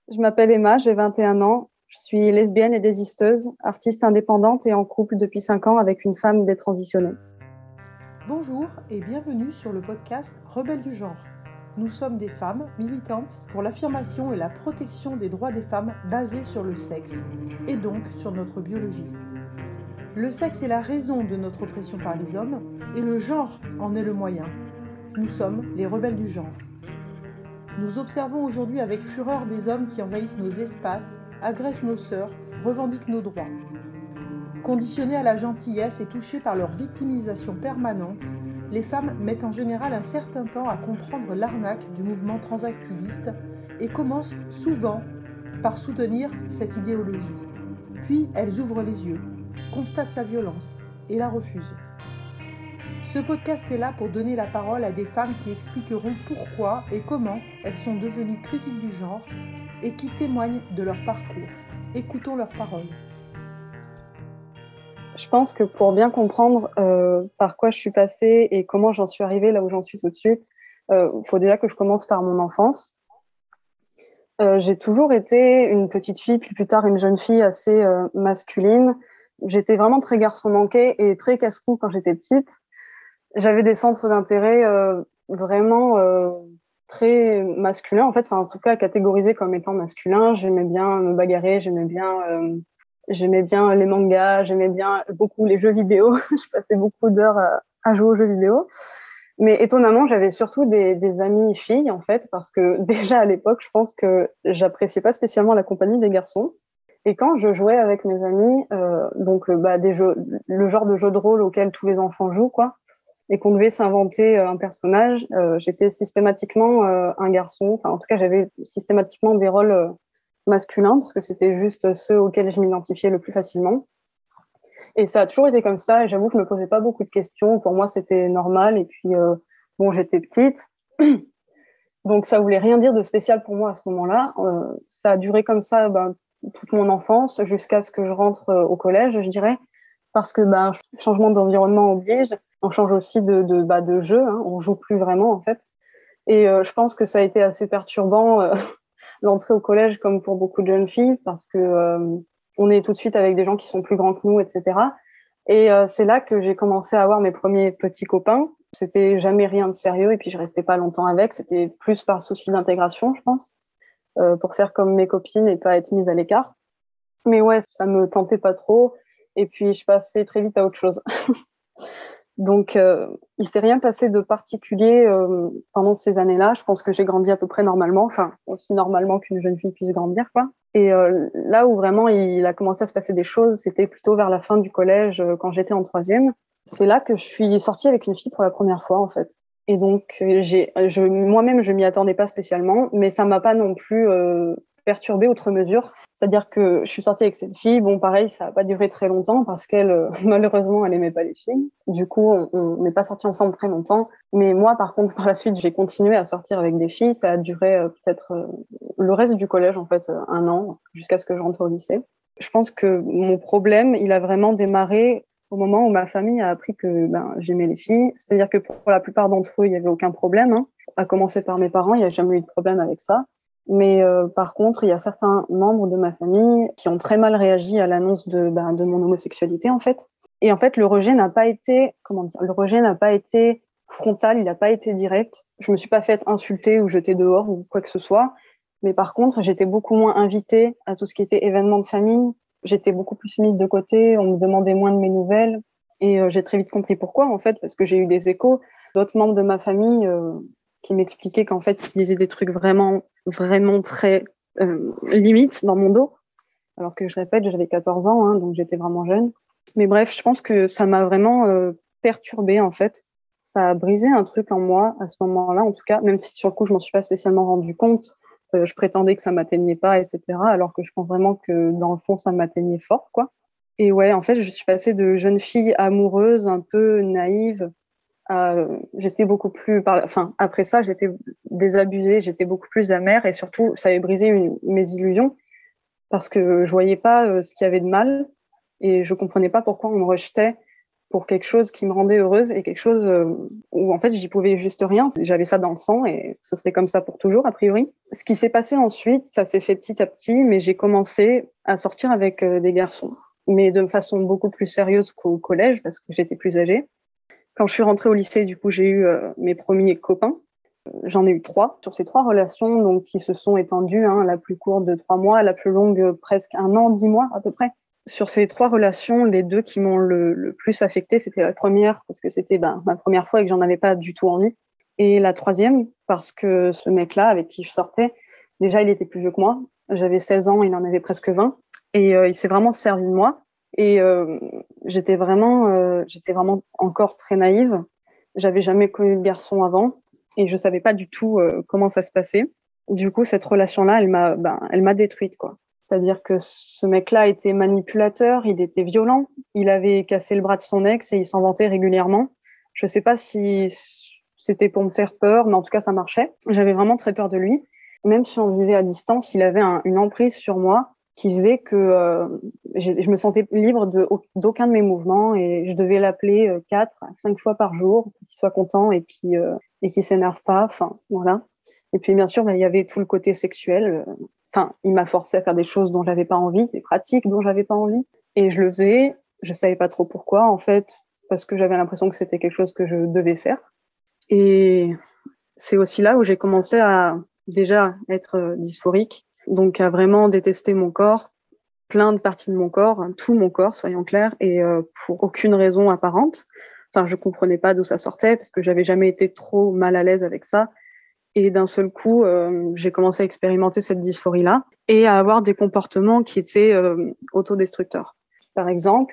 Je m'appelle Emma, j'ai 21 ans. Je suis lesbienne et désisteuse, artiste indépendante et en couple depuis 5 ans avec une femme détransitionnée. Bonjour et bienvenue sur le podcast Rebelles du genre. Nous sommes des femmes militantes pour l'affirmation et la protection des droits des femmes basés sur le sexe et donc sur notre biologie. Le sexe est la raison de notre oppression par les hommes et le genre en est le moyen. Nous sommes les rebelles du genre. Nous observons aujourd'hui avec fureur des hommes qui envahissent nos espaces, agressent nos sœurs, revendiquent nos droits. Conditionnées à la gentillesse et touchées par leur victimisation permanente, les femmes mettent en général un certain temps à comprendre l'arnaque du mouvement transactiviste et commencent souvent par soutenir cette idéologie. Puis elles ouvrent les yeux, constatent sa violence et la refusent. Ce podcast est là pour donner la parole à des femmes qui expliqueront pourquoi et comment elles sont devenues critiques du genre et qui témoignent de leur parcours. Écoutons leurs paroles. Je pense que pour bien comprendre par quoi je suis passée et comment j'en suis arrivée là où j'en suis tout de suite, faut déjà que je commence par mon enfance. J'ai toujours été une petite fille, puis plus tard une jeune fille assez masculine. J'étais vraiment très garçon manqué et très casse-cou quand j'étais petite. J'avais des centres d'intérêt vraiment très masculins, en fait, enfin, en tout cas catégorisés comme étant masculins. J'aimais bien me bagarrer, j'aimais bien les mangas, j'aimais bien beaucoup les jeux vidéo. Je passais beaucoup d'heures à jouer aux jeux vidéo. Mais étonnamment, j'avais surtout des amies filles, en fait, parce que déjà à l'époque, je pense que j'appréciais pas spécialement la compagnie des garçons. Et quand je jouais avec mes amis, des jeux, le genre de jeu de rôle auquel tous les enfants jouent, quoi, et qu'on devait s'inventer un personnage, j'étais systématiquement un garçon. Enfin, en tout cas, j'avais systématiquement des rôles masculins parce que c'était juste ceux auxquels je m'identifiais le plus facilement. Et ça a toujours été comme ça. Et j'avoue que je me posais pas beaucoup de questions. Pour moi, c'était normal. Et puis, bon, j'étais petite. Donc, ça voulait rien dire de spécial pour moi à ce moment-là. Ça a duré comme ça toute mon enfance jusqu'à ce que je rentre au collège, je dirais. Parce que changement d'environnement oblige. On change aussi de jeu. Hein. On joue plus vraiment, en fait. Et je pense que ça a été assez perturbant l'entrée au collège, comme pour beaucoup de jeunes filles, parce que on est tout de suite avec des gens qui sont plus grands que nous, etc. Et c'est là que j'ai commencé à avoir mes premiers petits copains. C'était jamais rien de sérieux, et puis je restais pas longtemps avec. C'était plus par souci d'intégration, je pense, pour faire comme mes copines et pas être mise à l'écart. Mais ouais, ça me tentait pas trop. Et puis je passais très vite à autre chose. Donc, il s'est rien passé de particulier pendant ces années-là. Je pense que j'ai grandi à peu près normalement, enfin aussi normalement qu'une jeune fille puisse grandir, quoi. Et là où vraiment il a commencé à se passer des choses, c'était plutôt vers la fin du collège, quand j'étais en troisième. C'est là que je suis sortie avec une fille pour la première fois, en fait. Et donc, moi-même, je m'y attendais pas spécialement, mais ça m'a pas non plus perturbée outre mesure. C'est-à-dire que je suis sortie avec cette fille. Bon, pareil, ça n'a pas duré très longtemps parce qu'elle, malheureusement, elle aimait pas les filles. Du coup, on n'est pas sortis ensemble très longtemps. Mais moi, par contre, par la suite, j'ai continué à sortir avec des filles. Ça a duré peut-être le reste du collège, en fait, 1 an, jusqu'à ce que je rentre au lycée. Je pense que mon problème, il a vraiment démarré au moment où ma famille a appris que j'aimais les filles. C'est-à-dire que pour la plupart d'entre eux, il n'y avait aucun problème. Hein. À commencer par mes parents, il n'y a jamais eu de problème avec ça. Mais par contre, il y a certains membres de ma famille qui ont très mal réagi à l'annonce de mon homosexualité, en fait. Et en fait, le rejet n'a pas été, le rejet n'a pas été frontal, il n'a pas été direct. Je me suis pas faite insulter ou jeter dehors ou quoi que ce soit. Mais par contre, j'étais beaucoup moins invitée à tout ce qui était événements de famille. J'étais beaucoup plus mise de côté, on me demandait moins de mes nouvelles. Et j'ai très vite compris pourquoi, en fait, parce que j'ai eu des échos d'autres membres de ma famille qui m'expliquaient qu'en fait, ils disaient des trucs vraiment, vraiment très limites dans mon dos. Alors que je répète, j'avais 14 ans, hein, donc j'étais vraiment jeune. Mais bref, je pense que ça m'a vraiment perturbée, en fait. Ça a brisé un truc en moi à ce moment-là, en tout cas, même si sur le coup, je m'en suis pas spécialement rendu compte. Je prétendais que ça m'atteignait pas, etc. Alors que je pense vraiment que dans le fond, ça m'atteignait fort, quoi. Et ouais, en fait, je suis passée de jeune fille amoureuse, un peu naïve, j'étais beaucoup plus, après ça, j'étais désabusée, j'étais beaucoup plus amère et surtout, ça avait brisé mes illusions parce que je voyais pas ce qu'il y avait de mal et je comprenais pas pourquoi on me rejetait pour quelque chose qui me rendait heureuse et quelque chose où en fait j'y pouvais juste rien. J'avais ça dans le sang et ce serait comme ça pour toujours a priori. Ce qui s'est passé ensuite, ça s'est fait petit à petit, mais j'ai commencé à sortir avec des garçons, mais de façon beaucoup plus sérieuse qu'au collège parce que j'étais plus âgée. Quand je suis rentrée au lycée, du coup, j'ai eu mes premiers copains. J'en ai eu 3. Sur ces 3 relations, donc qui se sont étendues, la plus courte de 3 mois, la plus longue presque 1 an, 10 mois à peu près. Sur ces 3 relations, les 2 qui m'ont le plus affectée, c'était la première parce que c'était ma première fois et que j'en avais pas du tout envie. Et la troisième parce que ce mec-là avec qui je sortais, déjà il était plus vieux que moi. J'avais 16 ans, il en avait presque 20. Et il s'est vraiment servi de moi. Et j'étais vraiment encore très naïve. J'avais jamais connu de garçon avant et je savais pas du tout comment ça se passait. Du coup, cette relation-là, elle m'a détruite, quoi. C'est-à-dire que ce mec-là était manipulateur, il était violent, il avait cassé le bras de son ex et il s'en vantait régulièrement. Je sais pas si c'était pour me faire peur, mais en tout cas, ça marchait. J'avais vraiment très peur de lui. Même si on vivait à distance, il avait une emprise sur moi qui faisait que je me sentais libre d'aucun de mes mouvements et je devais l'appeler 4 à 5 fois par jour pour qu'il soit content et qu'il s'énerve pas. Enfin, voilà. Et puis, bien sûr, il y avait tout le côté sexuel. Enfin, il m'a forcé à faire des choses dont j'avais pas envie, des pratiques dont j'avais pas envie. Et je le faisais. Je savais pas trop pourquoi, en fait, parce que j'avais l'impression que c'était quelque chose que je devais faire. Et c'est aussi là où j'ai commencé à déjà être dysphorique, donc à vraiment détester mon corps, plein de parties de mon corps, tout mon corps, soyons clairs, et pour aucune raison apparente. Enfin, je comprenais pas d'où ça sortait parce que j'avais jamais été trop mal à l'aise avec ça. Et d'un seul coup, j'ai commencé à expérimenter cette dysphorie-là et à avoir des comportements qui étaient autodestructeurs. Par exemple,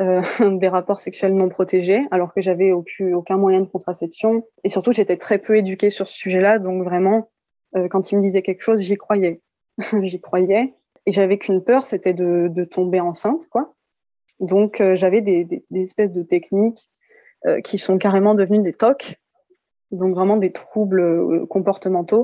des rapports sexuels non protégés, alors que j'avais aucun moyen de contraception. Et surtout, j'étais très peu éduquée sur ce sujet-là, donc vraiment, quand il me disait quelque chose, j'y croyais. J'y croyais. Et j'avais qu'une peur, c'était de tomber enceinte, quoi. Donc, j'avais des espèces de techniques qui sont carrément devenues des TOC, donc vraiment des troubles comportementaux.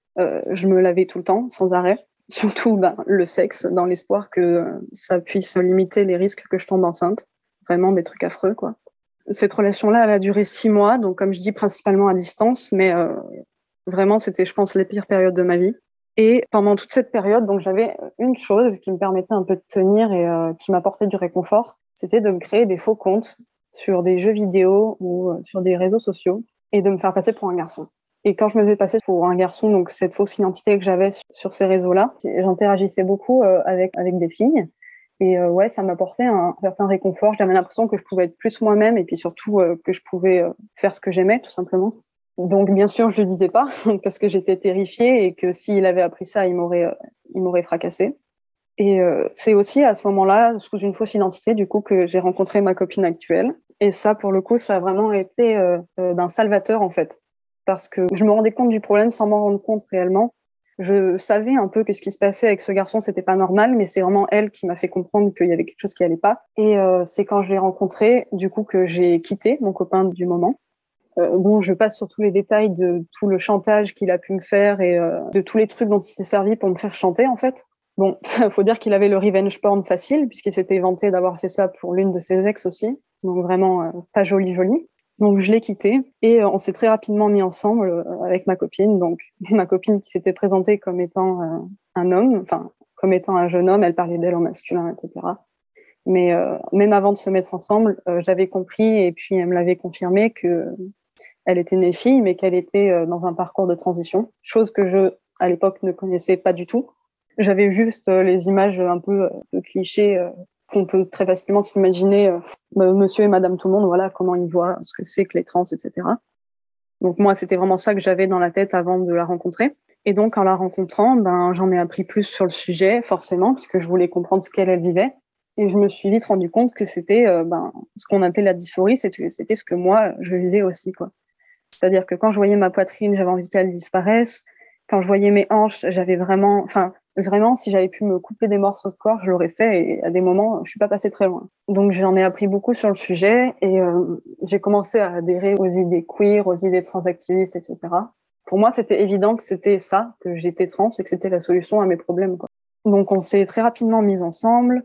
Je me lavais tout le temps, sans arrêt. Surtout le sexe, dans l'espoir que ça puisse limiter les risques que je tombe enceinte. Vraiment des trucs affreux, quoi. Cette relation-là, elle a duré 6 mois, donc comme je dis, principalement à distance, mais vraiment, c'était, je pense, les pires périodes de ma vie. Et pendant toute cette période, donc j'avais une chose qui me permettait un peu de tenir et qui m'apportait du réconfort, c'était de me créer des faux comptes sur des jeux vidéo ou sur des réseaux sociaux et de me faire passer pour un garçon. Et quand je me faisais passer pour un garçon, donc cette fausse identité que j'avais sur ces réseaux-là, j'interagissais beaucoup avec des filles. Et ouais, ça m'apportait un certain réconfort. J'avais l'impression que je pouvais être plus moi-même et puis surtout que je pouvais faire ce que j'aimais, tout simplement. Donc bien sûr, je le disais pas parce que j'étais terrifiée et que s'il avait appris ça, il m'aurait fracassée. Et c'est aussi à ce moment-là, sous une fausse identité, du coup, que j'ai rencontré ma copine actuelle. Et ça, pour le coup, ça a vraiment été d'un salvateur, en fait. Parce que je me rendais compte du problème sans m'en rendre compte réellement. Je savais un peu que ce qui se passait avec ce garçon, c'était pas normal, mais c'est vraiment elle qui m'a fait comprendre qu'il y avait quelque chose qui allait pas. Et c'est quand je l'ai rencontré, du coup, que j'ai quitté mon copain du moment. Bon, je passe sur tous les détails de tout le chantage qu'il a pu me faire et de tous les trucs dont il s'est servi pour me faire chanter, en fait. Bon, faut dire qu'il avait le revenge porn facile, puisqu'il s'était vanté d'avoir fait ça pour l'une de ses ex aussi. Donc vraiment, pas joli, joli. Donc je l'ai quitté et on s'est très rapidement mis ensemble avec ma copine. Donc ma copine qui s'était présentée comme étant un homme, enfin comme étant un jeune homme, elle parlait d'elle en masculin, etc. Mais même avant de se mettre ensemble, j'avais compris et puis elle me l'avait confirmé que elle était née fille, mais qu'elle était dans un parcours de transition, chose que je, à l'époque, ne connaissais pas du tout. J'avais juste les images un peu clichés qu'on peut très facilement s'imaginer, monsieur et madame tout le monde, voilà, comment ils voient ce que c'est que les trans, etc. Donc moi, c'était vraiment ça que j'avais dans la tête avant de la rencontrer. Et donc, en la rencontrant, j'en ai appris plus sur le sujet, forcément, puisque je voulais comprendre ce qu'elle vivait. Et je me suis vite rendu compte que c'était ce qu'on appelait la dysphorie, c'était ce que moi, je vivais aussi, quoi. C'est-à-dire que quand je voyais ma poitrine, j'avais envie qu'elle disparaisse. Quand je voyais mes hanches, j'avais vraiment, si j'avais pu me couper des morceaux de corps, je l'aurais fait. Et à des moments, je suis pas passée très loin. Donc j'en ai appris beaucoup sur le sujet et j'ai commencé à adhérer aux idées queer, aux idées transactivistes, etc. Pour moi, c'était évident que c'était ça, que j'étais trans et que c'était la solution à mes problèmes, quoi. Donc on s'est très rapidement mis ensemble.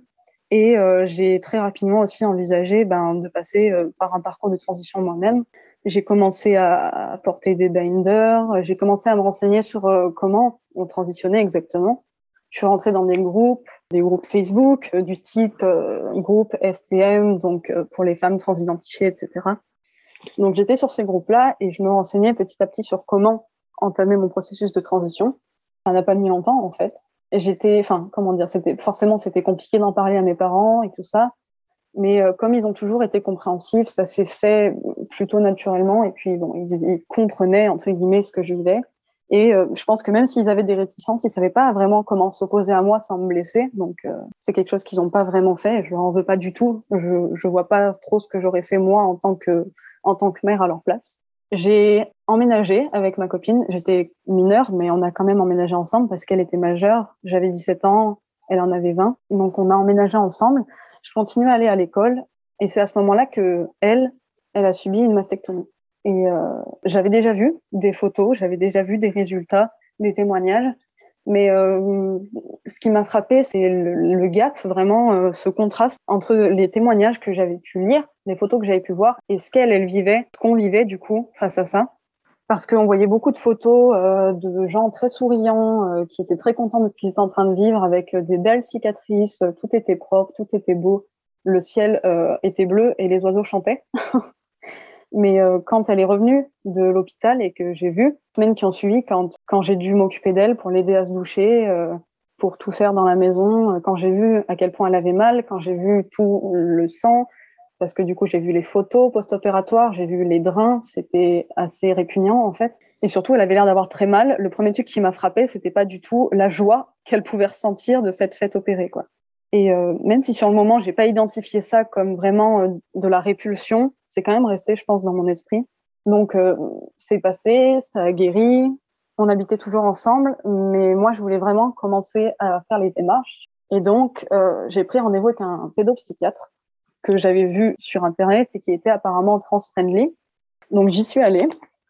Et j'ai très rapidement aussi envisagé de passer par un parcours de transition moi-même. J'ai commencé à porter des binders, j'ai commencé à me renseigner sur comment on transitionnait exactement. Je suis rentrée dans des groupes Facebook du type groupe FTM, donc pour les femmes transidentifiées, etc. Donc j'étais sur ces groupes-là et je me renseignais petit à petit sur comment entamer mon processus de transition. Ça n'a pas mis longtemps en fait. Et c'était compliqué d'en parler à mes parents et tout ça. Mais comme ils ont toujours été compréhensifs, ça s'est fait plutôt naturellement. Et puis, bon, ils comprenaient, entre guillemets, ce que je vivais. Et je pense que même s'ils avaient des réticences, ils savaient pas vraiment comment s'opposer à moi sans me blesser. Donc, c'est quelque chose qu'ils n'ont pas vraiment fait. Et je leur en veux pas du tout. Je vois pas trop ce que j'aurais fait moi en tant que mère à leur place. J'ai emménagé avec ma copine. J'étais mineure, mais on a quand même emménagé ensemble parce qu'elle était majeure. J'avais 17 ans, elle en avait 20. Donc, on a emménagé ensemble. Je continue à aller à l'école et c'est à ce moment-là que elle a subi une mastectomie. Et j'avais déjà vu des photos, j'avais déjà vu des résultats, des témoignages, mais ce qui m'a frappé, c'est le gap, vraiment ce contraste entre les témoignages que j'avais pu lire, les photos que j'avais pu voir et ce qu'elle vivait, ce qu'on vivait du coup face à ça. Parce qu'on voyait beaucoup de photos de gens très souriants, qui étaient très contents de ce qu'ils étaient en train de vivre, avec des belles cicatrices, tout était propre, tout était beau, le ciel était bleu et les oiseaux chantaient. Mais quand elle est revenue de l'hôpital et que j'ai vu, les semaines qui ont suivi, quand j'ai dû m'occuper d'elle pour l'aider à se doucher, pour tout faire dans la maison, quand j'ai vu à quel point elle avait mal, quand j'ai vu tout le sang, parce que du coup j'ai vu les photos post-opératoires, j'ai vu les drains, c'était assez répugnant en fait. Et surtout, elle avait l'air d'avoir très mal. Le premier truc qui m'a frappée, c'était pas du tout la joie qu'elle pouvait ressentir de s'être faite opérer, quoi. Et même si sur le moment, j'ai pas identifié ça comme vraiment de la répulsion, c'est quand même resté, je pense, dans mon esprit. Donc, c'est passé, ça a guéri. On habitait toujours ensemble, mais moi, je voulais vraiment commencer à faire les démarches. Et donc, j'ai pris rendez-vous avec un pédopsychiatre que j'avais vu sur Internet et qui était apparemment trans-friendly. Donc, j'y suis allée.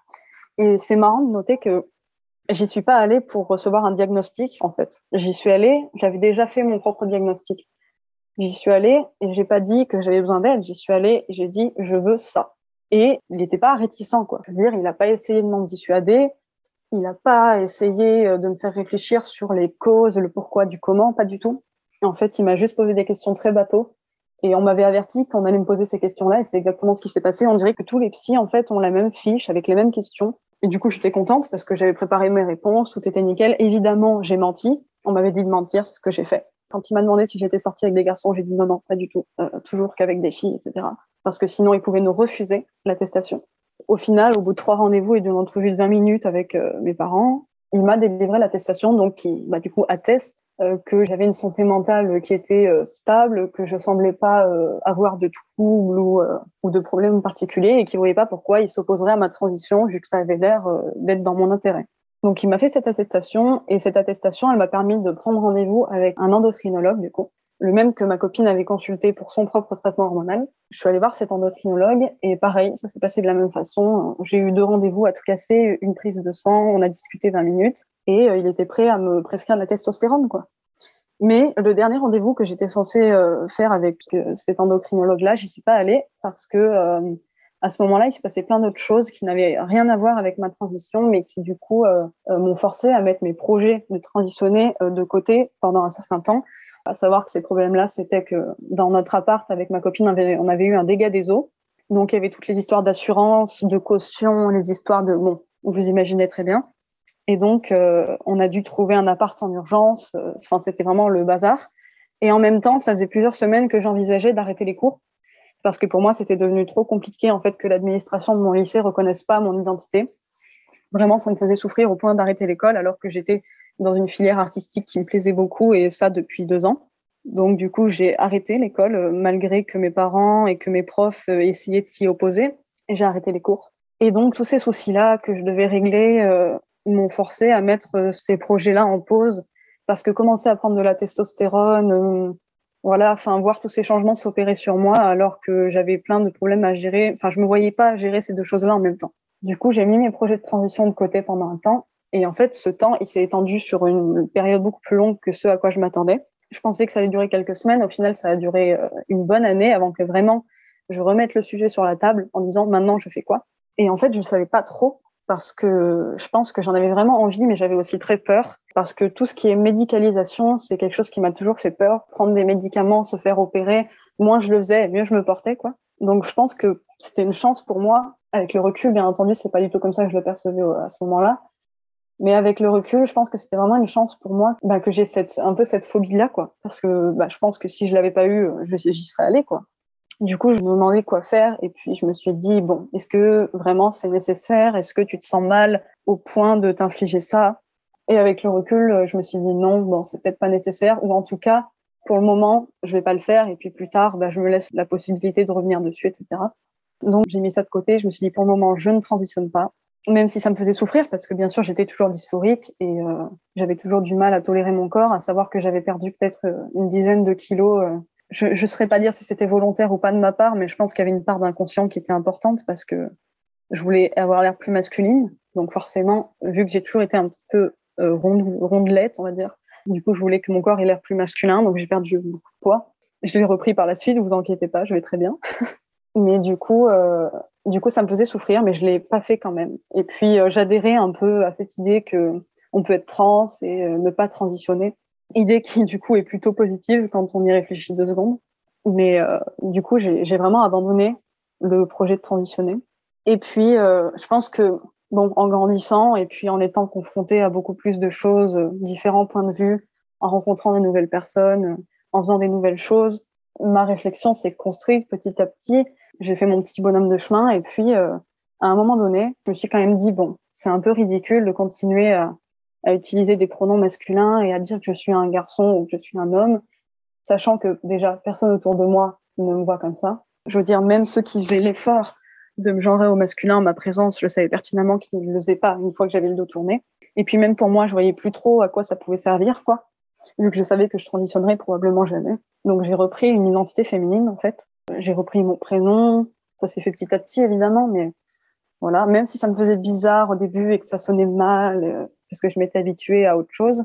Et c'est marrant de noter que j'y suis pas allée pour recevoir un diagnostic, en fait. J'y suis allée, j'avais déjà fait mon propre diagnostic. J'y suis allée et j'ai pas dit que j'avais besoin d'aide. J'y suis allée et j'ai dit, je veux ça. Et il n'était pas réticent, quoi. Je veux dire, il n'a pas essayé de m'en dissuader. Il n'a pas essayé de me faire réfléchir sur les causes, le pourquoi du comment, pas du tout. En fait, il m'a juste posé des questions très bateaux. Et on m'avait averti qu'on allait me poser ces questions-là et c'est exactement ce qui s'est passé. On dirait que tous les psys, en fait, ont la même fiche avec les mêmes questions. Et du coup, j'étais contente parce que j'avais préparé mes réponses, tout était nickel. Évidemment, j'ai menti. On m'avait dit de mentir, c'est ce que j'ai fait. Quand il m'a demandé si j'étais sortie avec des garçons, j'ai dit non, non, pas du tout. Toujours qu'avec des filles, etc. Parce que sinon, ils pouvaient nous refuser l'attestation. Au final, au bout de 3 rendez-vous et d'une entrevue de 20 minutes avec mes parents, il m'a délivré l'attestation, donc qui, du coup, atteste que j'avais une santé mentale qui était stable, que je semblais pas avoir de troubles ou de problèmes particuliers et qui voyait pas pourquoi il s'opposerait à ma transition vu que ça avait l'air d'être dans mon intérêt. Donc, il m'a fait cette attestation et cette attestation, elle m'a permis de prendre rendez-vous avec un endocrinologue, du coup, le même que ma copine avait consulté pour son propre traitement hormonal. Je suis allée voir cet endocrinologue et pareil, ça s'est passé de la même façon. J'ai eu 2 rendez-vous à tout casser, une prise de sang, on a discuté 20 minutes et il était prêt à me prescrire de la testostérone, quoi. Mais le dernier rendez-vous que j'étais censée faire avec cet endocrinologue-là, j'y suis pas allée parce que à ce moment-là, il se passait plein d'autres choses qui n'avaient rien à voir avec ma transition, mais qui du coup m'ont forcé à mettre mes projets de transitionner de côté pendant un certain temps. À savoir que ces problèmes-là, c'était que dans notre appart avec ma copine, on avait eu un dégât des eaux. Donc il y avait toutes les histoires d'assurance, de caution, les histoires de bon, vous imaginez très bien. Et donc on a dû trouver un appart en urgence. Enfin, c'était vraiment le bazar. Et en même temps, ça faisait plusieurs semaines que j'envisageais d'arrêter les cours parce que pour moi, c'était devenu trop compliqué en fait que l'administration de mon lycée reconnaisse pas mon identité. Vraiment, ça me faisait souffrir au point d'arrêter l'école alors que j'étais dans une filière artistique qui me plaisait beaucoup et ça depuis 2 ans. Donc du coup, j'ai arrêté l'école malgré que mes parents et que mes profs essayaient de s'y opposer et j'ai arrêté les cours. Et donc tous ces soucis-là que je devais régler m'ont forcé à mettre ces projets-là en pause parce que commencer à prendre de la testostérone, voilà, enfin voir tous ces changements s'opérer sur moi alors que j'avais plein de problèmes à gérer. Enfin, je me voyais pas gérer ces 2 choses-là en même temps. Du coup, j'ai mis mes projets de transition de côté pendant un temps. Et en fait, ce temps, il s'est étendu sur une période beaucoup plus longue que ce à quoi je m'attendais. Je pensais que ça allait durer quelques semaines. Au final, ça a duré une bonne année avant que vraiment je remette le sujet sur la table en disant maintenant je fais quoi. Et en fait, je ne savais pas trop parce que je pense que j'en avais vraiment envie, mais j'avais aussi très peur parce que tout ce qui est médicalisation, c'est quelque chose qui m'a toujours fait peur. Prendre des médicaments, se faire opérer, moins je le faisais, mieux je me portais, quoi. Donc je pense que c'était une chance pour moi. Avec le recul, bien entendu, c'est pas du tout comme ça que je le percevais à ce moment-là. Mais avec le recul, je pense que c'était vraiment une chance pour moi que j'ai un peu cette phobie-là, quoi. Parce que je pense que si je l'avais pas eu, j'y serais allée, quoi. Du coup, je me demandais quoi faire et puis je me suis dit, bon, est-ce que vraiment c'est nécessaire? Est-ce que tu te sens mal au point de t'infliger ça? Et avec le recul, je me suis dit non, bon, c'est peut-être pas nécessaire, ou en tout cas, pour le moment, je vais pas le faire et puis plus tard, je me laisse la possibilité de revenir dessus, etc. Donc, j'ai mis ça de côté. Je me suis dit, pour le moment, je ne transitionne pas, même si ça me faisait souffrir parce que bien sûr, j'étais toujours dysphorique et j'avais toujours du mal à tolérer mon corps, à savoir que j'avais perdu peut-être une dizaine de kilos. Je ne saurais pas dire si c'était volontaire ou pas de ma part, mais je pense qu'il y avait une part d'inconscient qui était importante parce que je voulais avoir l'air plus masculine. Donc forcément, vu que j'ai toujours été un petit peu rondelette, on va dire, du coup, je voulais que mon corps ait l'air plus masculin, donc j'ai perdu beaucoup de poids. Je l'ai repris par la suite, vous inquiétez pas, je vais très bien. Mais du coup, ça me faisait souffrir, mais je l'ai pas fait quand même. Et puis, j'adhérais un peu à cette idée que on peut être trans et ne pas transitionner. Idée qui, du coup, est plutôt positive quand on y réfléchit 2 secondes. Mais du coup, j'ai vraiment abandonné le projet de transitionner. Et puis, je pense que, bon, en grandissant et puis en étant confrontée à beaucoup plus de choses, différents points de vue, en rencontrant de nouvelles personnes, en faisant des nouvelles choses, ma réflexion s'est construite petit à petit. J'ai fait mon petit bonhomme de chemin et puis, à un moment donné, je me suis quand même dit, bon, c'est un peu ridicule de continuer à utiliser des pronoms masculins et à dire que je suis un garçon ou que je suis un homme, sachant que déjà, personne autour de moi ne me voit comme ça. Je veux dire, même ceux qui faisaient l'effort de me genrer au masculin, ma présence, je savais pertinemment qu'ils ne le faisaient pas une fois que j'avais le dos tourné. Et puis même pour moi, je voyais plus trop à quoi ça pouvait servir, quoi, vu que je savais que je transitionnerais probablement jamais. Donc j'ai repris une identité féminine, en fait. J'ai repris mon prénom. Ça s'est fait petit à petit, évidemment, mais voilà. Même si ça me faisait bizarre au début et que ça sonnait mal, parce que je m'étais habituée à autre chose,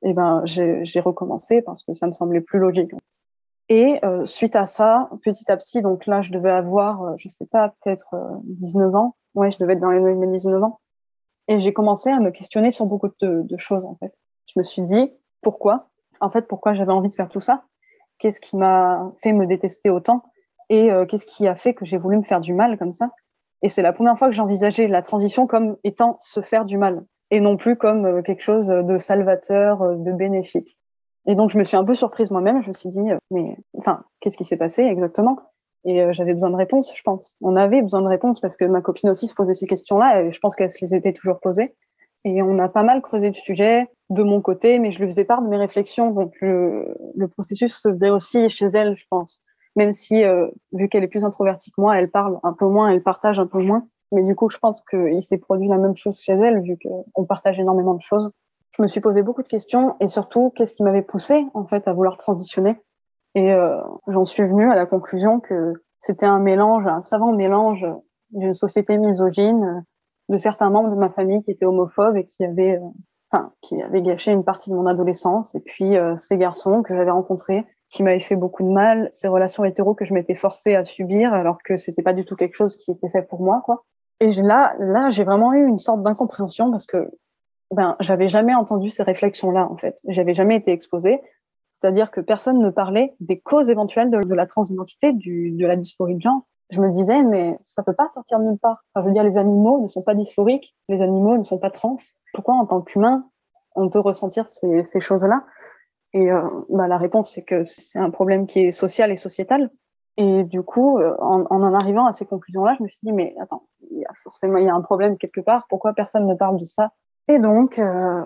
j'ai recommencé parce que ça me semblait plus logique. Et suite à ça, petit à petit, donc là, je devais avoir, je sais pas, peut-être 19 ans. Ouais, je devais être dans mes 19 ans. Et j'ai commencé à me questionner sur beaucoup de choses, en fait. Je me suis dit, pourquoi? En fait, pourquoi j'avais envie de faire tout ça? Qu'est-ce qui m'a fait me détester autant? Et qu'est-ce qui a fait que j'ai voulu me faire du mal comme ça? Et c'est la première fois que j'envisageais la transition comme étant se faire du mal, et non plus comme quelque chose de salvateur, de bénéfique. Et donc, je me suis un peu surprise moi-même. Je me suis dit, mais enfin, qu'est-ce qui s'est passé exactement? Et j'avais besoin de réponses, je pense. On avait besoin de réponses parce que ma copine aussi se posait ces questions-là et je pense qu'elle se les était toujours posées. Et on a pas mal creusé le sujet de mon côté, mais je lui faisais part de mes réflexions. Donc, le processus se faisait aussi chez elle, je pense. Même si, vu qu'elle est plus introvertie que moi, elle parle un peu moins, elle partage un peu moins. Mais du coup, je pense qu'il s'est produit la même chose chez elle, vu qu'on partage énormément de choses. Je me suis posé beaucoup de questions et surtout, qu'est-ce qui m'avait poussée en fait à vouloir transitionner. Et j'en suis venue à la conclusion que c'était un savant mélange d'une société misogyne, de certains membres de ma famille qui étaient homophobes et qui avaient gâché une partie de mon adolescence, et puis ces garçons que j'avais rencontrés qui m'avaient fait beaucoup de mal, ces relations hétéro que je m'étais forcée à subir alors que c'était pas du tout quelque chose qui était fait pour moi, quoi. Et là, j'ai vraiment eu une sorte d'incompréhension parce que j'avais jamais entendu ces réflexions-là, en fait. J'avais jamais été exposée. C'est-à-dire que personne ne parlait des causes éventuelles de la transidentité, de la dysphorie de genre. Je me disais, mais ça peut pas sortir de nulle part. Enfin, je veux dire, les animaux ne sont pas dysphoriques, les animaux ne sont pas trans. Pourquoi, en tant qu'humain, on peut ressentir ces choses-là? Et la réponse, c'est que c'est un problème qui est social et sociétal. Et du coup, en arrivant à ces conclusions-là, je me suis dit, mais attends, il y a un problème quelque part. Pourquoi personne ne parle de ça? Et donc,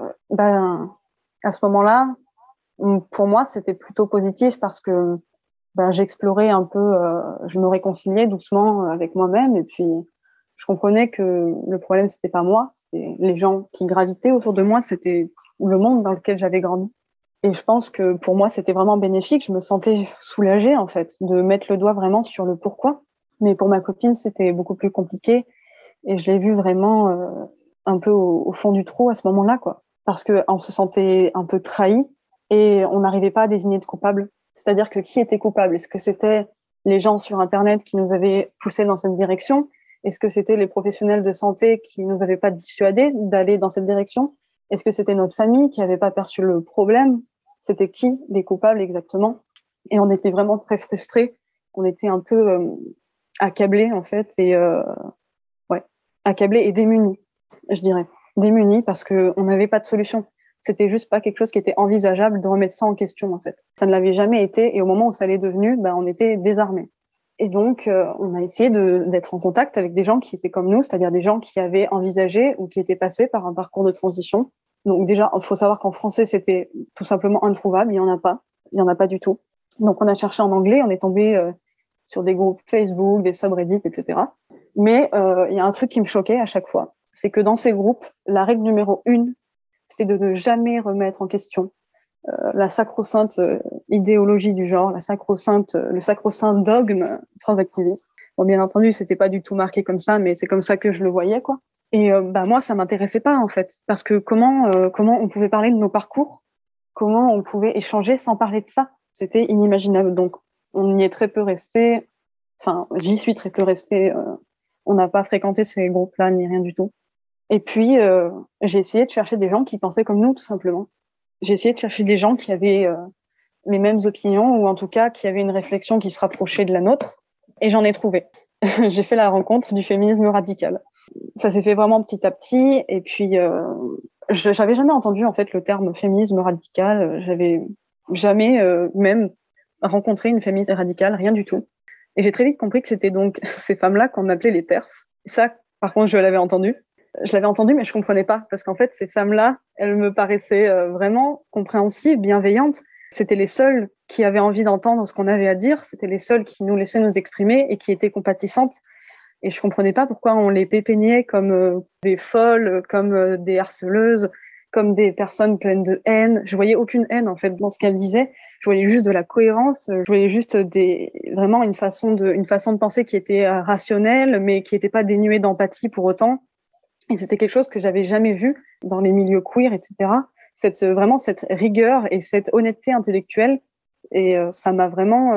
à ce moment-là, pour moi, c'était plutôt positif parce que j'explorais un peu, je me réconciliais doucement avec moi-même et puis je comprenais que le problème, c'était pas moi, c'était les gens qui gravitaient autour de moi, c'était le monde dans lequel j'avais grandi. Et je pense que pour moi, c'était vraiment bénéfique. Je me sentais soulagée, en fait, de mettre le doigt vraiment sur le pourquoi. Mais pour ma copine, c'était beaucoup plus compliqué et je l'ai vu vraiment un peu au fond du trou à ce moment-là, quoi. Parce qu'on se sentait un peu trahi et on n'arrivait pas à désigner de coupable. C'est-à-dire que qui était coupable? Est-ce que c'était les gens sur Internet qui nous avaient poussés dans cette direction? Est-ce que c'était les professionnels de santé qui nous avaient pas dissuadés d'aller dans cette direction? Est-ce que c'était notre famille qui n'avait pas perçu le problème? C'était qui les coupables exactement? Et on était vraiment très frustrés. On était un peu accablés en fait, et accablés et démunis, je dirais. Démunis parce qu'on n'avait pas de solution. C'était juste pas quelque chose qui était envisageable de remettre ça en question en fait. Ça ne l'avait jamais été, et au moment où ça l'est devenu, on était désarmés. Et donc, on a essayé d'être en contact avec des gens qui étaient comme nous, c'est-à-dire des gens qui avaient envisagé ou qui étaient passés par un parcours de transition. Donc déjà, il faut savoir qu'en français, c'était tout simplement introuvable, il n'y en a pas. Il n'y en a pas du tout. Donc, on a cherché en anglais, on est tombé sur des groupes Facebook, des subreddits, etc. Mais il y a un truc qui me choquait à chaque fois, c'est que dans ces groupes, la règle numéro 1, c'était de ne jamais remettre en question la sacro-sainte idéologie du genre, le sacro-saint dogme transactiviste. Bon, bien entendu, c'était pas du tout marqué comme ça, mais c'est comme ça que je le voyais, quoi. Et moi, ça m'intéressait pas en fait, parce que comment on pouvait parler de nos parcours, comment on pouvait échanger sans parler de ça, c'était inimaginable. Donc, on y est très peu resté. Enfin, j'y suis très peu restée. On n'a pas fréquenté ces groupes-là ni rien du tout. Et puis, j'ai essayé de chercher des gens qui pensaient comme nous, tout simplement. J'ai essayé de chercher des gens qui avaient les mêmes opinions, ou en tout cas qui avaient une réflexion qui se rapprochait de la nôtre, et j'en ai trouvé. J'ai fait la rencontre du féminisme radical. Ça s'est fait vraiment petit à petit, et puis j'avais jamais entendu en fait le terme féminisme radical. J'avais jamais même rencontré une féministe radicale, rien du tout. Et j'ai très vite compris que c'était donc ces femmes-là qu'on appelait les TERF. Ça, par contre, je l'avais entendu. Je l'avais entendu, mais je comprenais pas, parce qu'en fait, ces femmes-là, elles me paraissaient vraiment compréhensives, bienveillantes. C'était les seules qui avaient envie d'entendre ce qu'on avait à dire. C'était les seules qui nous laissaient nous exprimer et qui étaient compatissantes. Et je comprenais pas pourquoi on les pépeignait comme des folles, comme des harceleuses, comme des personnes pleines de haine. Je voyais aucune haine, en fait, dans ce qu'elles disaient. Je voyais juste de la cohérence. Je voyais juste vraiment une façon de penser qui était rationnelle, mais qui n'était pas dénuée d'empathie pour autant. Et c'était quelque chose que j'avais jamais vu dans les milieux queer, etc. Vraiment cette rigueur et cette honnêteté intellectuelle. Et ça m'a vraiment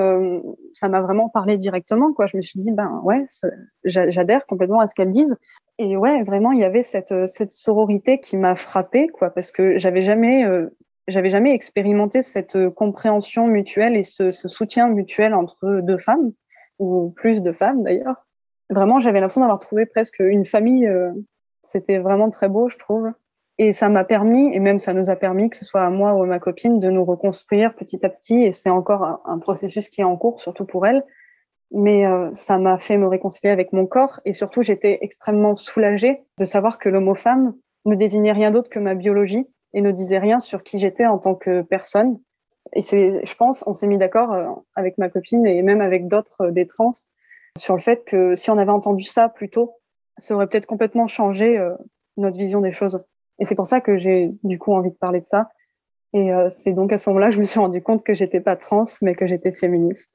parlé directement, quoi. Je me suis dit, ouais, j'adhère complètement à ce qu'elles disent. Et ouais, vraiment, il y avait cette sororité qui m'a frappée, quoi, parce que j'avais jamais expérimenté cette compréhension mutuelle et ce soutien mutuel entre deux femmes, ou plus de femmes d'ailleurs. Vraiment, j'avais l'impression d'avoir trouvé presque une famille. C'était vraiment très beau, je trouve. Et ça m'a permis, et même ça nous a permis, que ce soit à moi ou à ma copine, de nous reconstruire petit à petit. Et c'est encore un processus qui est en cours, surtout pour elle. Mais ça m'a fait me réconcilier avec mon corps. Et surtout, j'étais extrêmement soulagée de savoir que le mot femme ne désignait rien d'autre que ma biologie et ne disait rien sur qui j'étais en tant que personne. Et je pense, on s'est mis d'accord avec ma copine et même avec d'autres des trans sur le fait que si on avait entendu ça plus tôt, ça aurait peut-être complètement changé notre vision des choses. Et c'est pour ça que j'ai du coup envie de parler de ça. Et c'est donc à ce moment-là que je me suis rendu compte que j'étais pas trans, mais que j'étais féministe.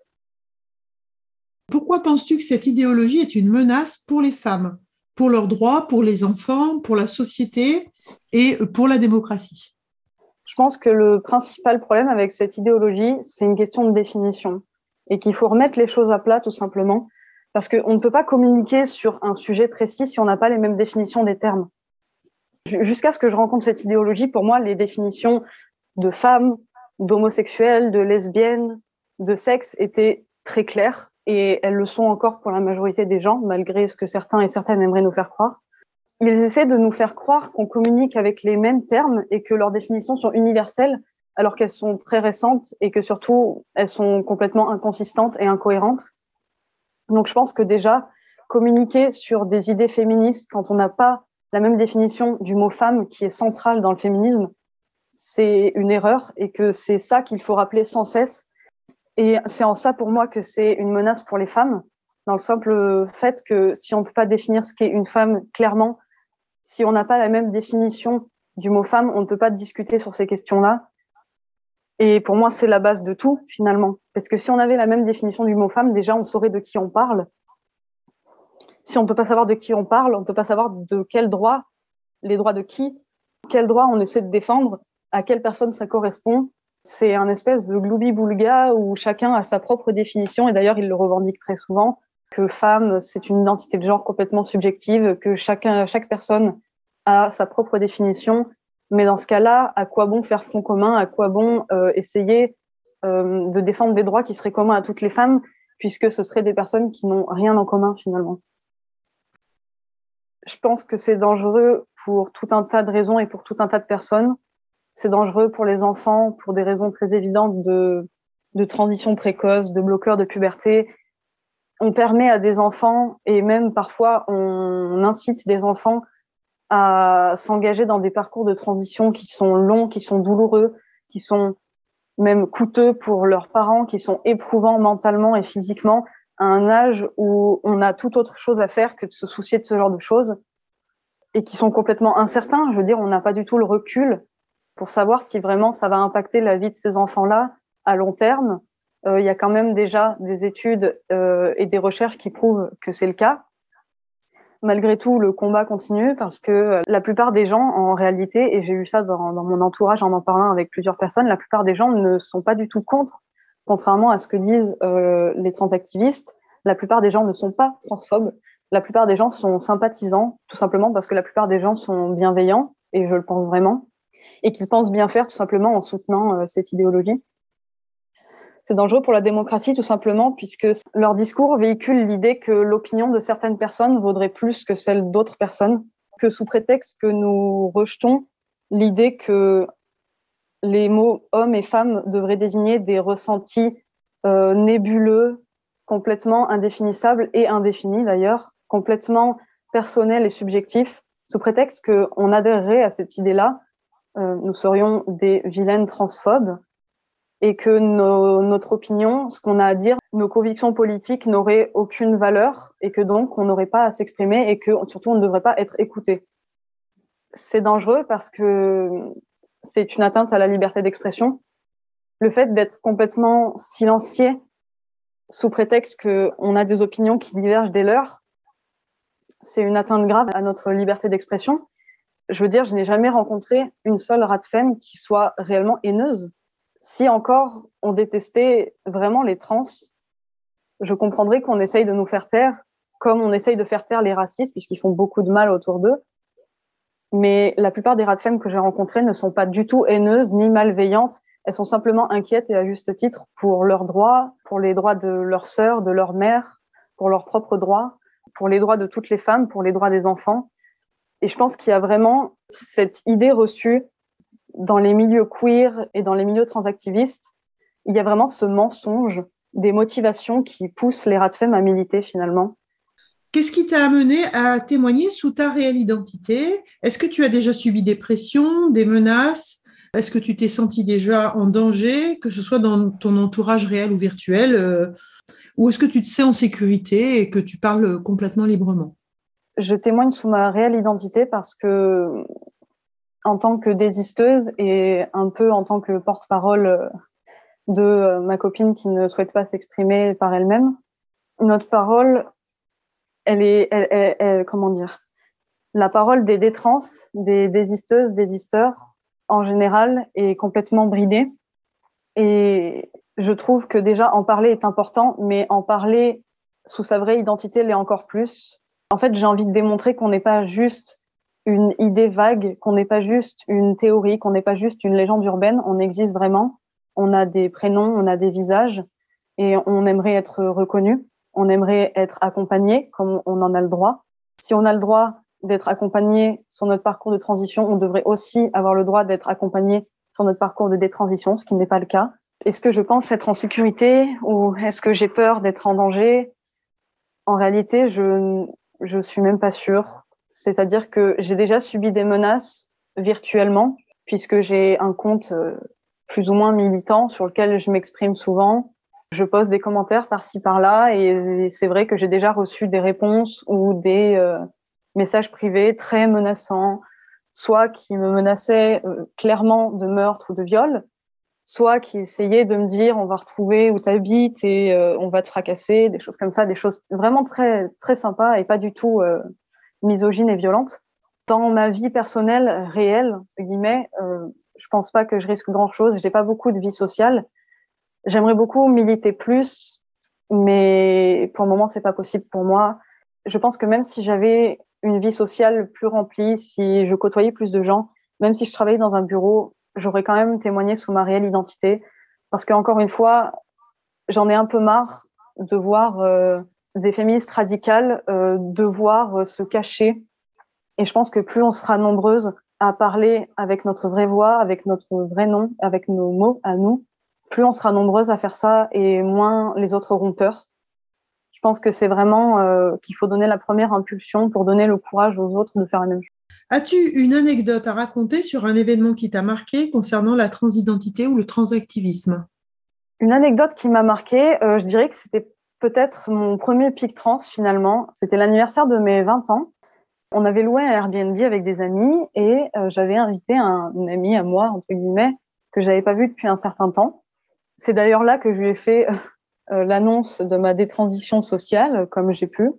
Pourquoi penses-tu que cette idéologie est une menace pour les femmes, pour leurs droits, pour les enfants, pour la société et pour la démocratie? Je pense que le principal problème avec cette idéologie, c'est une question de définition et qu'il faut remettre les choses à plat tout simplement, parce qu'on ne peut pas communiquer sur un sujet précis si on n'a pas les mêmes définitions des termes. Jusqu'à ce que je rencontre cette idéologie, pour moi, les définitions de femmes, d'homosexuelles, de lesbiennes, de sexe étaient très claires, et elles le sont encore pour la majorité des gens, malgré ce que certains et certaines aimeraient nous faire croire. Ils essaient de nous faire croire qu'on communique avec les mêmes termes et que leurs définitions sont universelles, alors qu'elles sont très récentes et que surtout, elles sont complètement inconsistantes et incohérentes. Donc je pense que déjà, communiquer sur des idées féministes quand on n'a pas la même définition du mot femme qui est centrale dans le féminisme, c'est une erreur et que c'est ça qu'il faut rappeler sans cesse. Et c'est en ça pour moi que c'est une menace pour les femmes, dans le simple fait que si on ne peut pas définir ce qu'est une femme clairement, si on n'a pas la même définition du mot femme, on ne peut pas discuter sur ces questions-là. Et pour moi, c'est la base de tout, finalement. Parce que si on avait la même définition du mot femme, déjà, on saurait de qui on parle. Si on ne peut pas savoir de qui on parle, on ne peut pas savoir de quels droits, les droits de qui, quels droits on essaie de défendre, à quelle personne ça correspond. C'est un espèce de gloubi-boulga où chacun a sa propre définition, et d'ailleurs, il le revendique très souvent, que femme, c'est une identité de genre complètement subjective, que chaque personne a sa propre définition. Mais dans ce cas-là, à quoi bon faire front commun? À quoi bon essayer de défendre des droits qui seraient communs à toutes les femmes, puisque ce seraient des personnes qui n'ont rien en commun finalement? Je pense que c'est dangereux pour tout un tas de raisons et pour tout un tas de personnes. C'est dangereux pour les enfants pour des raisons très évidentes de transition précoce, de bloqueurs de puberté. On permet à des enfants, et même parfois on incite des enfants à s'engager dans des parcours de transition qui sont longs, qui sont douloureux, qui sont même coûteux pour leurs parents, qui sont éprouvants mentalement et physiquement, à un âge où on a toute autre chose à faire que de se soucier de ce genre de choses, et qui sont complètement incertains. Je veux dire, on n'a pas du tout le recul pour savoir si vraiment ça va impacter la vie de ces enfants-là à long terme. Il y a quand même déjà des études et des recherches qui prouvent que c'est le cas. Malgré tout, le combat continue parce que la plupart des gens, en réalité, et j'ai eu ça dans mon entourage en parlant avec plusieurs personnes, la plupart des gens ne sont pas du tout contre, contrairement à ce que disent les transactivistes. La plupart des gens ne sont pas transphobes. La plupart des gens sont sympathisants, tout simplement parce que la plupart des gens sont bienveillants, et je le pense vraiment, et qu'ils pensent bien faire tout simplement en soutenant cette idéologie. C'est dangereux pour la démocratie tout simplement puisque leur discours véhicule l'idée que l'opinion de certaines personnes vaudrait plus que celle d'autres personnes, que sous prétexte que nous rejetons l'idée que les mots hommes et femmes devraient désigner des ressentis nébuleux, complètement indéfinissables et indéfinis d'ailleurs, complètement personnels et subjectifs, sous prétexte qu'on adhérerait à cette idée-là, nous serions des vilaines transphobes, et que notre opinion, ce qu'on a à dire, nos convictions politiques n'auraient aucune valeur, et que donc on n'aurait pas à s'exprimer, et que surtout on ne devrait pas être écouté. C'est dangereux parce que c'est une atteinte à la liberté d'expression. Le fait d'être complètement silencié sous prétexte qu'on a des opinions qui divergent des leurs, c'est une atteinte grave à notre liberté d'expression. Je veux dire, je n'ai jamais rencontré une seule radfem qui soit réellement haineuse. Si encore on détestait vraiment les trans, je comprendrais qu'on essaye de nous faire taire, comme on essaye de faire taire les racistes, puisqu'ils font beaucoup de mal autour d'eux. Mais la plupart des radfem que j'ai rencontrées ne sont pas du tout haineuses ni malveillantes. Elles sont simplement inquiètes, et à juste titre, pour leurs droits, pour les droits de leurs sœurs, de leurs mères, pour leurs propres droits, pour les droits de toutes les femmes, pour les droits des enfants. Et je pense qu'il y a vraiment cette idée reçue dans les milieux queer et dans les milieux transactivistes. Il y a vraiment ce mensonge des motivations qui poussent les radfem à militer finalement. Qu'est-ce qui t'a amené à témoigner sous ta réelle identité? Est-ce que tu as déjà subi des pressions, des menaces? Est-ce que tu t'es senti déjà en danger, que ce soit dans ton entourage réel ou virtuel, ou est-ce que tu te sais en sécurité et que tu parles complètement librement? Je témoigne sous ma réelle identité parce que, en tant que désisteuse et un peu en tant que porte-parole de ma copine qui ne souhaite pas s'exprimer par elle-même, notre parole, comment dire, la parole des détrans, des désisteuses, désisteurs, en général, est complètement bridée. Et je trouve que déjà en parler est important, mais en parler sous sa vraie identité l'est encore plus. En fait, j'ai envie de démontrer qu'on n'est pas juste une idée vague, qu'on n'est pas juste une théorie, qu'on n'est pas juste une légende urbaine. On existe vraiment. On a des prénoms, on a des visages, et on aimerait être reconnu. On aimerait être accompagné, comme on en a le droit. Si on a le droit d'être accompagné sur notre parcours de transition, on devrait aussi avoir le droit d'être accompagné sur notre parcours de détransition, ce qui n'est pas le cas. Est-ce que je pense être en sécurité ou est-ce que j'ai peur d'être en danger? En réalité, je suis même pas sûre. C'est-à-dire que j'ai déjà subi des menaces virtuellement, puisque j'ai un compte plus ou moins militant sur lequel je m'exprime souvent. Je poste des commentaires par-ci par-là, et c'est vrai que j'ai déjà reçu des réponses ou des messages privés très menaçants, soit qui me menaçaient clairement de meurtre ou de viol, soit qui essayaient de me dire on va retrouver où t'habites et on va te fracasser, des choses comme ça, des choses vraiment très très sympas et pas du tout misogynes et violentes. Dans ma vie personnelle réelle, entre guillemets, je pense pas que je risque grand-chose. J'ai pas beaucoup de vie sociale. J'aimerais beaucoup militer plus, mais pour le moment, c'est pas possible pour moi. Je pense que même si j'avais une vie sociale plus remplie, si je côtoyais plus de gens, même si je travaillais dans un bureau, j'aurais quand même témoigné sous ma réelle identité. Parce que, encore une fois, j'en ai un peu marre de voir des féministes radicales devoir se cacher. Et je pense que plus on sera nombreuses à parler avec notre vraie voix, avec notre vrai nom, avec nos mots à nous, plus on sera nombreuses à faire ça et moins les autres auront peur. Je pense que c'est vraiment qu'il faut donner la première impulsion pour donner le courage aux autres de faire la même chose. As-tu une anecdote à raconter sur un événement qui t'a marqué concernant la transidentité ou le transactivisme? Une anecdote qui m'a marquée, je dirais que c'était peut-être mon premier pic trans finalement. C'était l'anniversaire de mes 20 ans. On avait loué un Airbnb avec des amis et j'avais invité un ami à moi, entre guillemets, que j'avais pas vu depuis un certain temps. C'est d'ailleurs là que je lui ai fait l'annonce de ma détransition sociale, comme j'ai pu.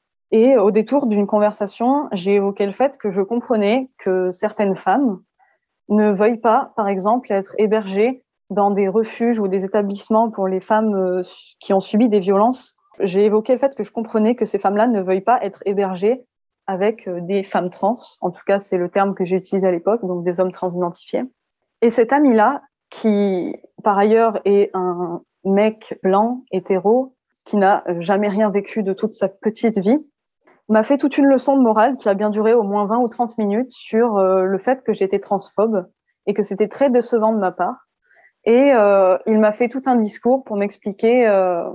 Et au détour d'une conversation, j'ai évoqué le fait que je comprenais que certaines femmes ne veuillent pas, par exemple, être hébergées dans des refuges ou des établissements pour les femmes qui ont subi des violences. J'ai évoqué le fait que je comprenais que ces femmes-là ne veuillent pas être hébergées avec des femmes trans. En tout cas, c'est le terme que j'ai utilisé à l'époque, donc des hommes trans identifiés. Et cet ami-là, qui par ailleurs est un mec blanc, hétéro, qui n'a jamais rien vécu de toute sa petite vie, m'a fait toute une leçon de morale qui a bien duré au moins 20 ou 30 minutes sur le fait que j'étais transphobe et que c'était très décevant de ma part. Et il m'a fait tout un discours pour m'expliquer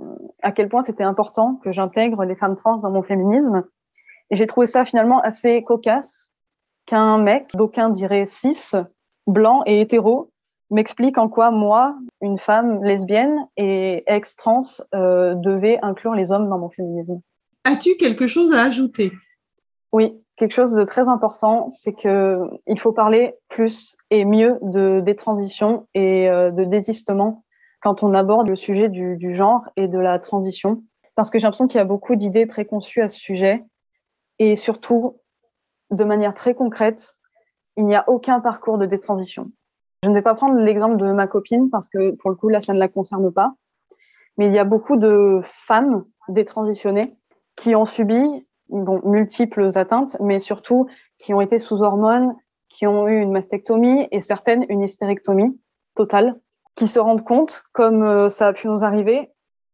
à quel point c'était important que j'intègre les femmes trans dans mon féminisme. Et j'ai trouvé ça finalement assez cocasse qu'un mec, d'aucuns diraient cis, blanc et hétéro, m'explique en quoi moi, une femme lesbienne et ex-trans, devais inclure les hommes dans mon féminisme. As-tu quelque chose à ajouter? Oui, quelque chose de très important, c'est qu'il faut parler plus et mieux de détransition et de désistement quand on aborde le sujet du genre et de la transition. Parce que j'ai l'impression qu'il y a beaucoup d'idées préconçues à ce sujet. Et surtout, de manière très concrète, il n'y a aucun parcours de détransition. Je ne vais pas prendre l'exemple de ma copine parce que pour le coup, là, ça ne la concerne pas. Mais il y a beaucoup de femmes détransitionnées qui ont subi multiples atteintes, mais surtout qui ont été sous hormones, qui ont eu une mastectomie et certaines une hystérectomie totale, qui se rendent compte, comme ça a pu nous arriver,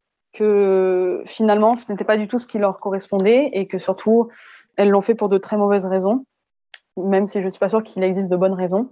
que finalement, ce n'était pas du tout ce qui leur correspondait et que surtout, elles l'ont fait pour de très mauvaises raisons, même si je ne suis pas sûre qu'il existe de bonnes raisons.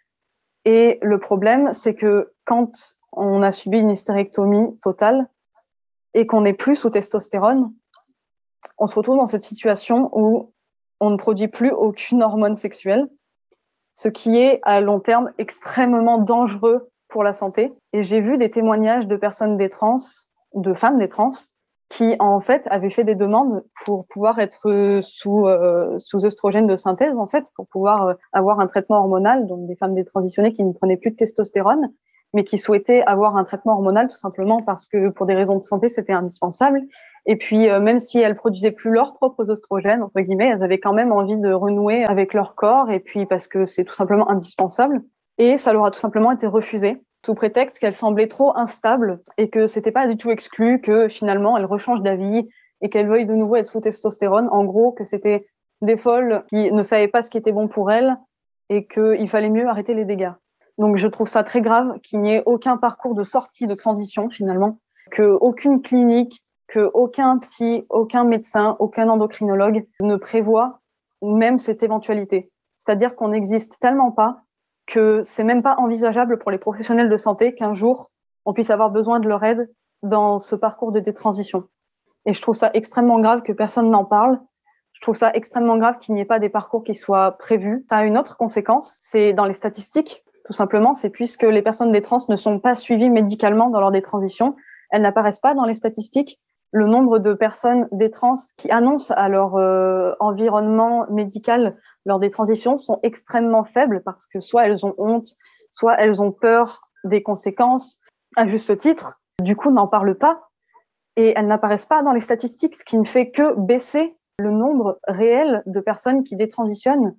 Et le problème, c'est que quand on a subi une hystérectomie totale et qu'on n'est plus sous testostérone, on se retrouve dans cette situation où on ne produit plus aucune hormone sexuelle, ce qui est à long terme extrêmement dangereux pour la santé. Et j'ai vu des témoignages de personnes des trans, de femmes des trans, qui en fait avaient fait des demandes pour pouvoir être sous œstrogène de synthèse, en fait, pour pouvoir avoir un traitement hormonal, donc des femmes détransitionnées qui ne prenaient plus de testostérone, mais qui souhaitaient avoir un traitement hormonal tout simplement parce que pour des raisons de santé, c'était indispensable. Et puis, même si elles produisaient plus leurs propres oestrogènes, entre guillemets, elles avaient quand même envie de renouer avec leur corps, et puis parce que c'est tout simplement indispensable. Et ça leur a tout simplement été refusé, sous prétexte qu'elles semblaient trop instables et que c'était pas du tout exclu que finalement elles rechangent d'avis et qu'elles veuillent de nouveau être sous testostérone. En gros, que c'était des folles qui ne savaient pas ce qui était bon pour elles et qu'il fallait mieux arrêter les dégâts. Donc je trouve ça très grave qu'il n'y ait aucun parcours de sortie de transition finalement, qu'aucune clinique, qu'aucun psy, aucun médecin, aucun endocrinologue ne prévoit même cette éventualité. C'est-à-dire qu'on n'existe tellement pas que c'est même pas envisageable pour les professionnels de santé qu'un jour on puisse avoir besoin de leur aide dans ce parcours de détransition. Et je trouve ça extrêmement grave que personne n'en parle. Je trouve ça extrêmement grave qu'il n'y ait pas des parcours qui soient prévus. Ça a une autre conséquence, c'est dans les statistiques, tout simplement, c'est puisque les personnes des trans ne sont pas suivies médicalement dans leur détransition, elles n'apparaissent pas dans les statistiques. Le nombre de personnes des trans qui annoncent à leur environnement médical lors des transitions sont extrêmement faibles parce que soit elles ont honte, soit elles ont peur des conséquences, à juste titre. Du coup, n'en parlent pas et elles n'apparaissent pas dans les statistiques, ce qui ne fait que baisser le nombre réel de personnes qui détransitionnent.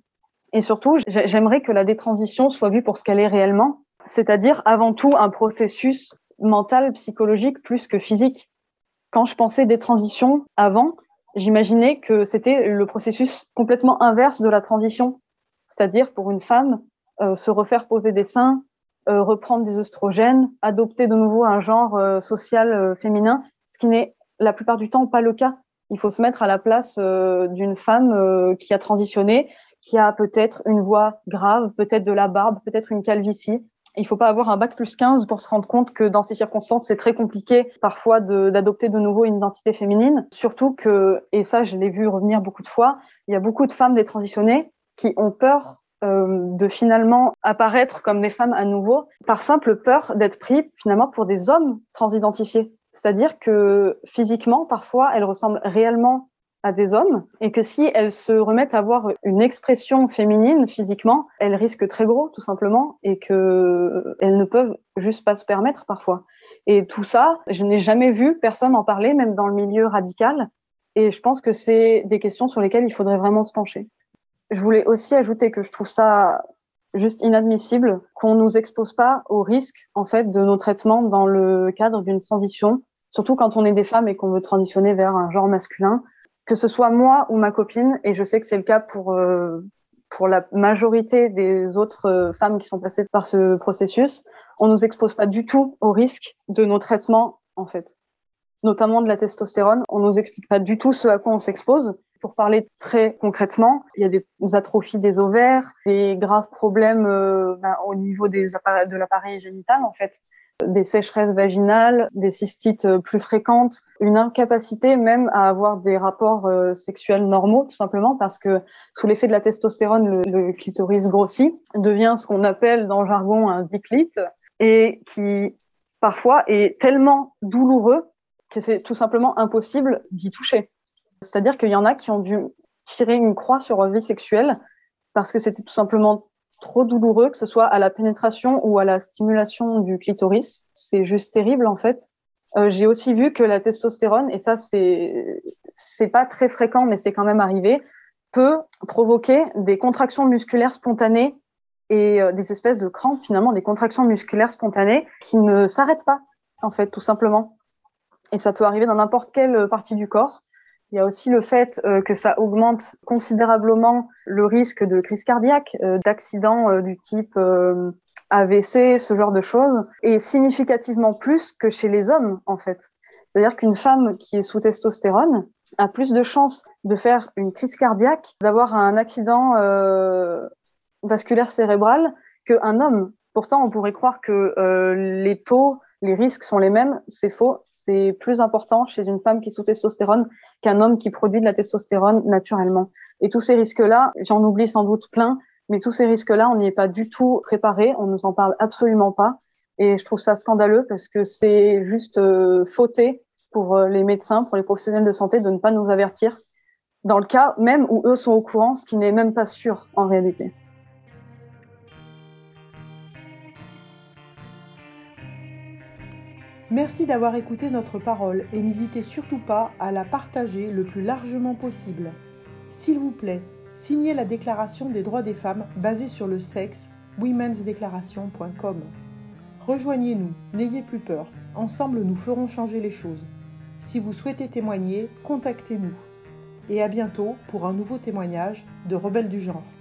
Et surtout, j'aimerais que la détransition soit vue pour ce qu'elle est réellement, c'est-à-dire avant tout un processus mental, psychologique, plus que physique. Quand je pensais détransition avant, j'imaginais que c'était le processus complètement inverse de la transition, c'est-à-dire pour une femme, se refaire poser des seins, reprendre des œstrogènes, adopter de nouveau un genre social féminin, ce qui n'est la plupart du temps pas le cas. Il faut se mettre à la place d'une femme qui a transitionné, qui a peut-être une voix grave, peut-être de la barbe, peut-être une calvitie. Il ne faut pas avoir un bac+15 pour se rendre compte que dans ces circonstances, c'est très compliqué parfois d'adopter de nouveau une identité féminine. Surtout que, et ça je l'ai vu revenir beaucoup de fois, il y a beaucoup de femmes détransitionnées qui ont peur de finalement apparaître comme des femmes à nouveau par simple peur d'être pris finalement pour des hommes transidentifiés. C'est-à-dire que physiquement, parfois, elles ressemblent réellement à des hommes et que si elles se remettent à avoir une expression féminine physiquement, elles risquent très gros tout simplement et que elles ne peuvent juste pas se permettre parfois. Et tout ça, je n'ai jamais vu personne en parler, même dans le milieu radical. Et je pense que c'est des questions sur lesquelles il faudrait vraiment se pencher. Je voulais aussi ajouter que je trouve ça juste inadmissible qu'on nous expose pas au risque en fait de nos traitements dans le cadre d'une transition, surtout quand on est des femmes et qu'on veut transitionner vers un genre masculin. Que ce soit moi ou ma copine, et je sais que c'est le cas pour la majorité des autres femmes qui sont passées par ce processus, on nous expose pas du tout au risque de nos traitements, en fait. Notamment de la testostérone, on nous explique pas du tout ce à quoi on s'expose. Pour parler très concrètement, il y a des atrophies des ovaires, des graves problèmes au niveau de l'appareil génital, en fait. Des sécheresses vaginales, des cystites plus fréquentes, une incapacité même à avoir des rapports sexuels normaux, tout simplement parce que sous l'effet de la testostérone, le clitoris grossit, devient ce qu'on appelle dans le jargon un diclite, et qui parfois est tellement douloureux que c'est tout simplement impossible d'y toucher. C'est-à-dire qu'il y en a qui ont dû tirer une croix sur leur vie sexuelle parce que c'était tout simplement trop douloureux, que ce soit à la pénétration ou à la stimulation du clitoris. C'est juste terrible, en fait. J'ai aussi vu que la testostérone, et ça, c'est pas très fréquent, mais c'est quand même arrivé, peut provoquer des contractions musculaires spontanées et des espèces de crampes, finalement, des contractions musculaires spontanées qui ne s'arrêtent pas, en fait, tout simplement. Et ça peut arriver dans n'importe quelle partie du corps. Il y a aussi le fait que ça augmente considérablement le risque de crise cardiaque, d'accidents du type AVC, ce genre de choses, et significativement plus que chez les hommes, en fait. C'est-à-dire qu'une femme qui est sous testostérone a plus de chances de faire une crise cardiaque, d'avoir un accident vasculaire cérébral qu'un homme. Pourtant, on pourrait croire que les taux, les risques sont les mêmes. C'est faux. C'est plus important chez une femme qui est sous testostérone qu'un homme qui produit de la testostérone naturellement. Et tous ces risques-là, j'en oublie sans doute plein, mais tous ces risques-là, on n'y est pas du tout préparé. On nous en parle absolument pas. Et je trouve ça scandaleux parce que c'est juste fauté pour les médecins, pour les professionnels de santé de ne pas nous avertir dans le cas même où eux sont au courant, ce qui n'est même pas sûr en réalité. Merci d'avoir écouté notre parole et n'hésitez surtout pas à la partager le plus largement possible. S'il vous plaît, signez la Déclaration des droits des femmes basée sur le sexe, womensdeclaration.com. Rejoignez-nous, n'ayez plus peur, ensemble nous ferons changer les choses. Si vous souhaitez témoigner, contactez-nous. Et à bientôt pour un nouveau témoignage de Rebelles du genre.